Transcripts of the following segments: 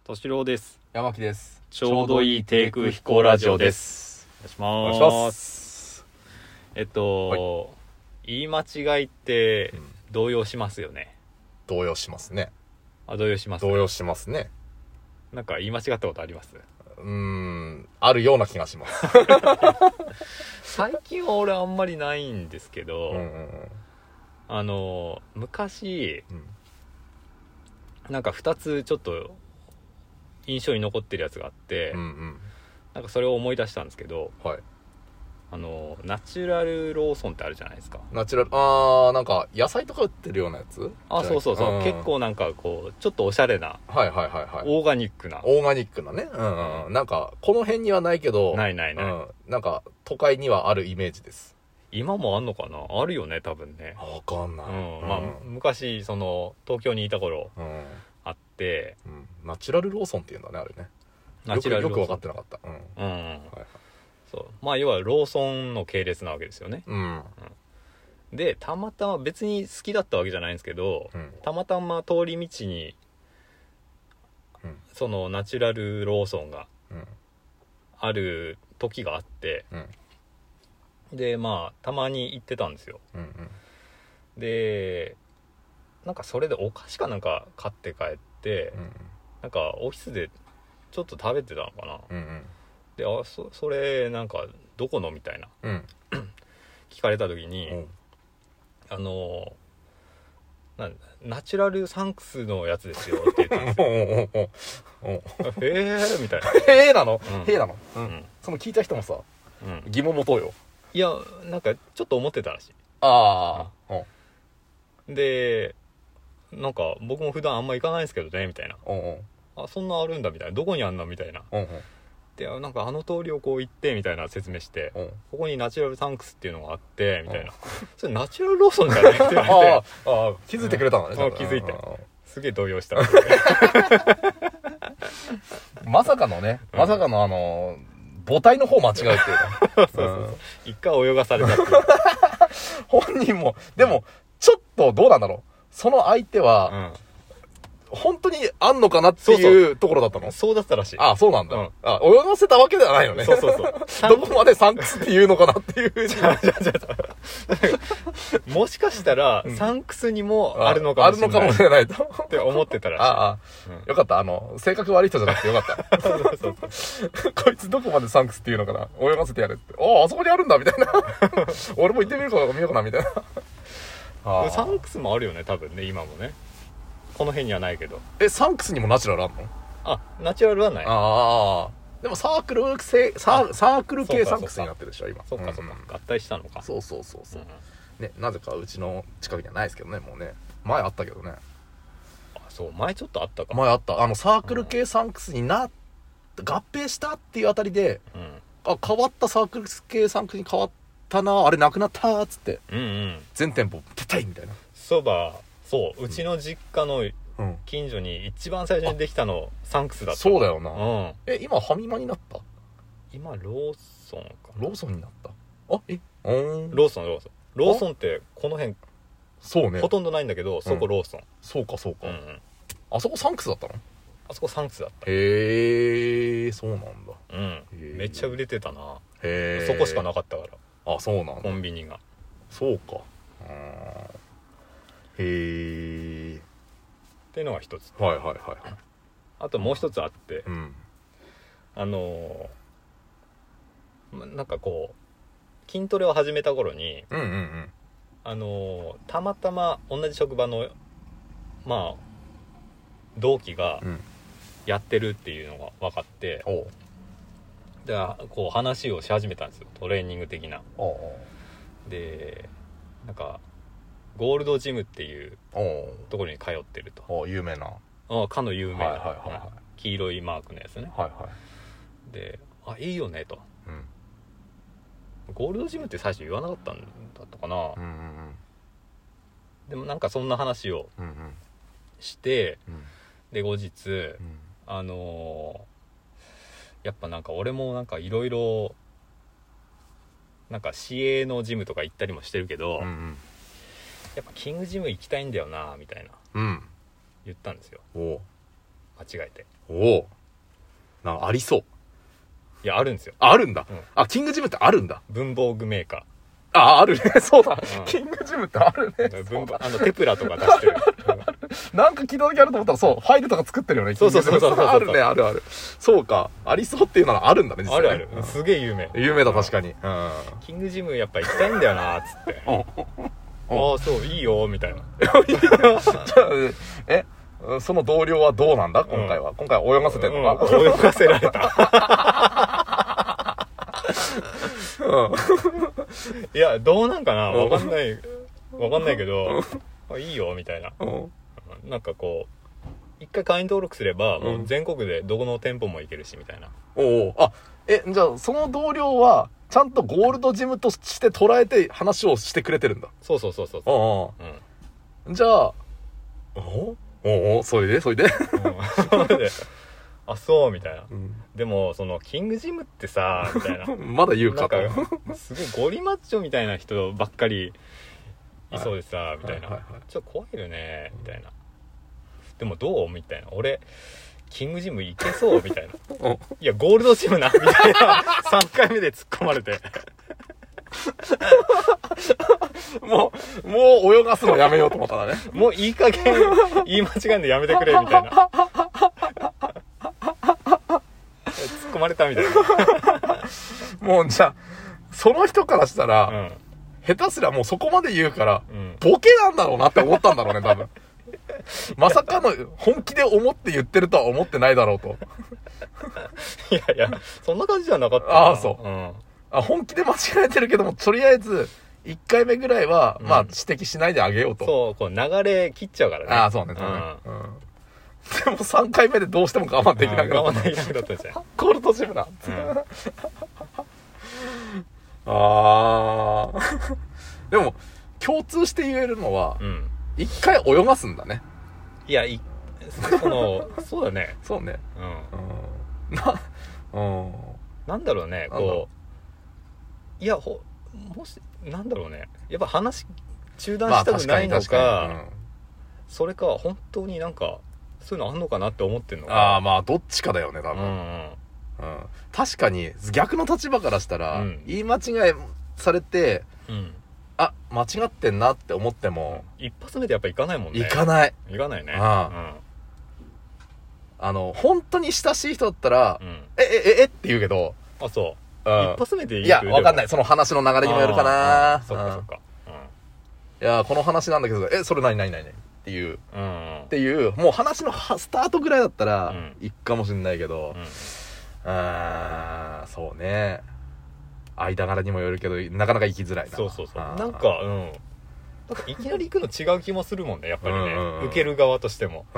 敏郎です。 山木です。 ちょうどいい低空飛行ラジオです。お願いします。 お願いします。 はい、言い間違いって動揺しますよね。 動揺しますね。 動揺します、 動揺しますね。 なんか言い間違ったことあります？ あるような気がします。 最近は俺あんまりないんですけど、昔、なんか2つちょっと印象に残ってるやつがあって、なんかそれを思い出したんですけど、 はい。 ナチュラルローソンってあるじゃないですか。 ナチュラル、なんか野菜とか売ってるようなやつ？ そうそうそう、結構なんかこうちょっとおしゃれな、 はい、オーガニックなね。なんかこの辺にはないけど、 ない、 なんか都会にはあるイメージです。 今もあんのかな？あるよね、多分ね。 わかんない。 まあ昔その東京にいた頃、あって、 ナチュラルローソンっていうんだね、あれね。 ナチュラルローソンよく分かってなかった。 そう、まあ要はローソンの系列なわけですよね。でたまたま別に好きだったわけじゃないんですけど、たまたま通り道に、そのナチュラルローソンがある時があって、でまあたまに行ってたんですよ。でなんかそれでお菓子かなんか買って帰って、なんかオフィスでちょっと食べてたのかな。でそれなんかどこのみたいな、聞かれた時に、ナチュラルサンクスのやつですよって言ったんですよ。みたいな。 なの？なの？その聞いた人もさ、疑問持とうよ。 いやなんかちょっと思ってたらしい。でなんか僕も普段あんま行かないんですけどねみたいな。そんなあるんだみたいな。どこにあんのみたいな。でなんかあの通りをこう行ってみたいな説明して、ここにナチュラルサンクスっていうのがあってみたいな。それナチュラルローソンじゃないって言われて気づいてくれたのね。 気づいてすげえ動揺した。 まさかの母体の方間違うっていうね。 そう一回泳がされたっていう。 本人もでもちょっとどうなんだろう、その相手は、本当にあんのかなっていうところだったの？ そうだったらしい。 そうなんだ。泳がせたわけではないのね。 そうどこまでサンクスっていうのかなっていうふうに。 もしかしたら、サンクスにもあるのかもしれない。 あるのかもしれないと。 って思ってたらしい。よかった。性格悪い人じゃなくてよかった。こいつどこまでサンクスっていうのかな、泳がせてやれって。あそこにあるんだみたいな。俺も行ってみるか見ようかなみたいな。 サンクスもあるよね、多分ね、今もね。この辺にはないけど。 サンクスにもナチュラルあんの？ ナチュラルはない。 でもサークル系サンクスになってるでしょ今。 そうか合体したのか。 そう、ね、なぜかうちの近くにはないですけどね。もうね、前あったけどね。 そう前ちょっとあったか。 前あった。サークル系サンクスに合併したっていうあたりで、変わったサークル系サンクスに変わったな、あれなくなったーっつって、全店舗撤退みたいな。 うちの実家の近所に一番最初にできたのサンクスだった。 そうだよな。今ファミマになった？ 今ローソンか。 ローソンになった？ ローソンってこの辺そうね、 ほとんどないんだけど、そこローソン。 そうか、あそこサンクスだったの？ あそこサンクスだった。 そうなんだ。 めっちゃ売れてたな。 そそこしかなかったから。 そうなんだ。 コンビニが。 そうか。っていうのが一つ。あともう一つあって、なんかこう筋トレを始めた頃に、たまたま同じ職場の同期がやってるっていうのが分かって、でこう話をし始めたんですよ、トレーニング的な。でなんかゴールドジムっていうところに通ってると。 有名なかの有名な、黄色いマークのやつね。でいいよねと、ゴールドジムって最初言わなかったんだったかな。でもなんかそんな話をして、で後日、やっぱなんか俺もなんかいろいろなんか市営のジムとか行ったりもしてるけど、やっぱキングジム行きたいんだよなみたいな、言ったんですよ。 間違えて。 おお、なんかありそう。 いや、あるんですよ。 あるんだ、キングジムってあるんだ。 文房具メーカー。 あるね。そうだ、キングジムってあるね。 テプラとか出してる。 なんか聞いた時あると思ったら、そう、ファイルとか作ってるよね。 そう。 あるね、ある。そうか。ありそうっていうのがあるんだね、実際。 ある。すげえ有名。 有名だ、確かに。 キングジムやっぱ行きたいんだよな、つって。ああ、そう、いいよ、みたいな。 その同僚はどうなんだ今回は。今回は泳がせてんのか、 泳がせられた。いや、どうなんかな、わかんないけど、いいよみたいな。なんかこう一回会員登録すれば、もう全国でどこの店舗も行けるしみたいな。 じゃあその同僚はちゃんとゴールドジムとして捉えて話をしてくれてるんだ。 そう。 じゃあそれであ、そうみたいな、でもそのキングジムってさみたいなまだ言うかと。 なんかすごいゴリマッチョみたいな人ばっかりいそうでさ、みたいな、ちょっと怖いよねみたいな。でもどうみたいな。俺キングジム行けそうみたいな。いやゴールドジムなみたいな3回目で突っ込まれてもう泳がすのやめようと思ったらね。 もういい加減言い間違えんでやめてくれみたいな。突っ込まれたみたいな。 もうじゃあその人からしたら、下手すらもうそこまで言うから、ボケなんだろうなって思ったんだろうね、多分。まさかの本気で思って言ってるとは思ってないだろうと。 いやそんな感じじゃなかったな。 そう、本気で間違えてるけども、とりあえず1回目ぐらいは、まあ指摘しないであげようと。 そう、こう流れ切っちゃうからね。 そうね。でも3回目でどうしても我慢できなくなった。 我慢できなくなったじゃん。 ゴールドジムな。でも共通して言えるのは、一回泳がすんだね。 いや、そうだね。 そうね。 なんだろうね、こう、いや、もし、なんだろうね。やっぱ話中断したくないのか、それか、本当になんか、そういうのあんのかなって思ってんのか。 まあ、どっちかだよね、多分。確かに、逆の立場からしたら、言い間違いされて、間違ってんなって思っても、 一発目でやっぱ行かないもんね。 行かないね。本当に親しい人だったら、って言うけど、 そう。一発目でいや、わかんない。その話の流れにもよるかな。 そっか。 いや、この話なんだけど、それ何っていう、もう話のスタートぐらいだったら、行くかもしんないけど、そうね。間柄にもよるけど、なかなか行きづらいな。 そう。なんかいきなり行くの違う気もするもんね、やっぱりね。受ける側としても。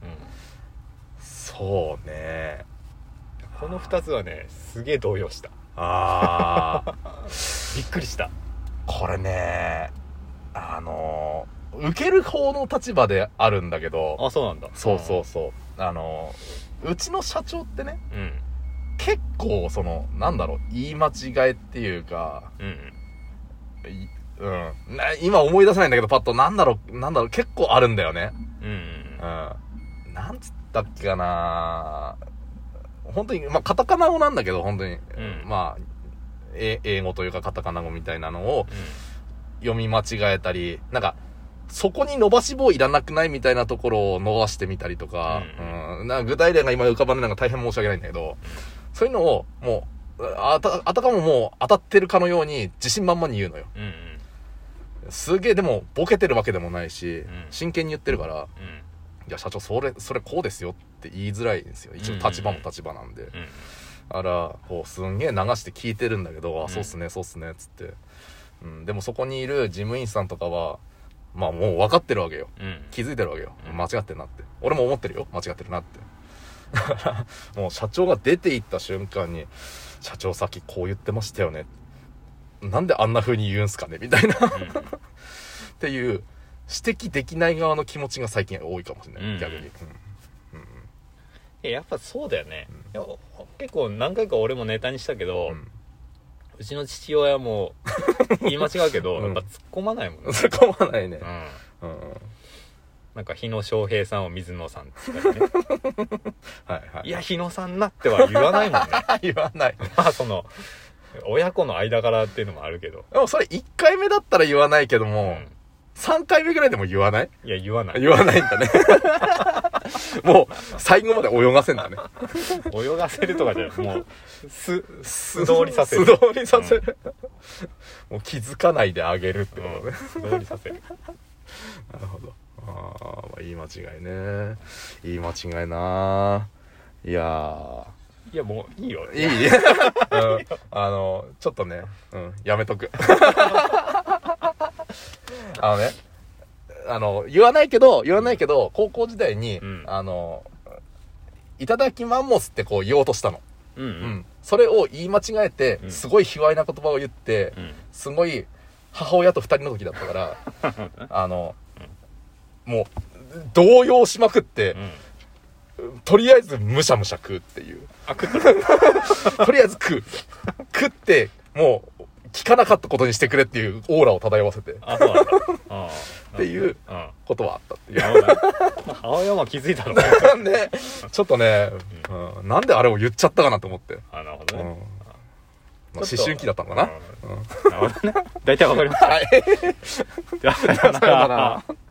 そうね。 この2つはね、すげえ動揺した。びっくりした。 これね、受ける方の立場であるんだけど。 そうなんだ。 そう。うちの社長ってね、結構なんだろう、言い間違いっていうか、今思い出せないんだけど、パッとなんだろう、結構あるんだよね。なんつったっけかな、本当に、カタカナ語なんだけど、本当に、英語というかカタカナ語みたいなのを読み間違えたり、なんかそこに伸ばし棒いらなくないみたいなところを伸ばしてみたりとか、なんか具体例が今浮かばないのが大変申し訳ないんだけど、そういうのをもうあたかももう当たってるかのように自信満々に言うのよ。すげえ、でもボケてるわけでもないし、真剣に言ってるから、いや社長それこうですよって言いづらいんですよ。一応立場も立場なんで。こうすんげえ流して聞いてるんだけど、そうっすねっつって、でもそこにいる事務員さんとかはもう分かってるわけよ。気づいてるわけよ。間違ってるなって。俺も思ってるよ。間違ってるなって。もう社長が出て行った瞬間に、社長さっきこう言ってましたよね。なんであんな風に言うんすかねみたいなっていう指摘できない側の気持ちが最近多いかもしれない、逆に。 やっぱそうだよね。結構何回か俺もネタにしたけど、うちの父親も言い間違うけど、やっぱ突っ込まないもんね。 突っ込まないね。 なんか日野翔平さんを水野さんって言ったりね。 いや日野さんなっては言わないもんね言わない。 まあその親子の間柄っていうのもあるけど、 でもそれ1回目だったら言わないけども、3回目ぐらいでも言わない？ いや言わない言わないんだねもう最後まで泳がせんだね泳がせるとかじゃもう素通りさせる、 素通りさせる、もう気づかないであげるってことね、 素通りさせるなるほど。まあいい間違いね。いい間違いな。いやもういいよ。 いいちょっとね、やめとく。言わないけど、高校時代に、いただきマンモスってこう言おうとしたの。それを言い間違えて、すごい卑猥な言葉を言って、すごい母親と2人の時だったから、もう、動揺しまくって、とりあえずむしゃむしゃ食うっていう。とりあえず食って、もう、聞かなかったことにしてくれっていうオーラを漂わせて。 あ、そうなんだ。 っていうことはあったっていう。 母親も気づいたのね。ちょっとね、なんであれを言っちゃったかなと思って。 なるほどね。 思春期だったのかな。 なるほどね。大体わかりました。はい。 さよなら。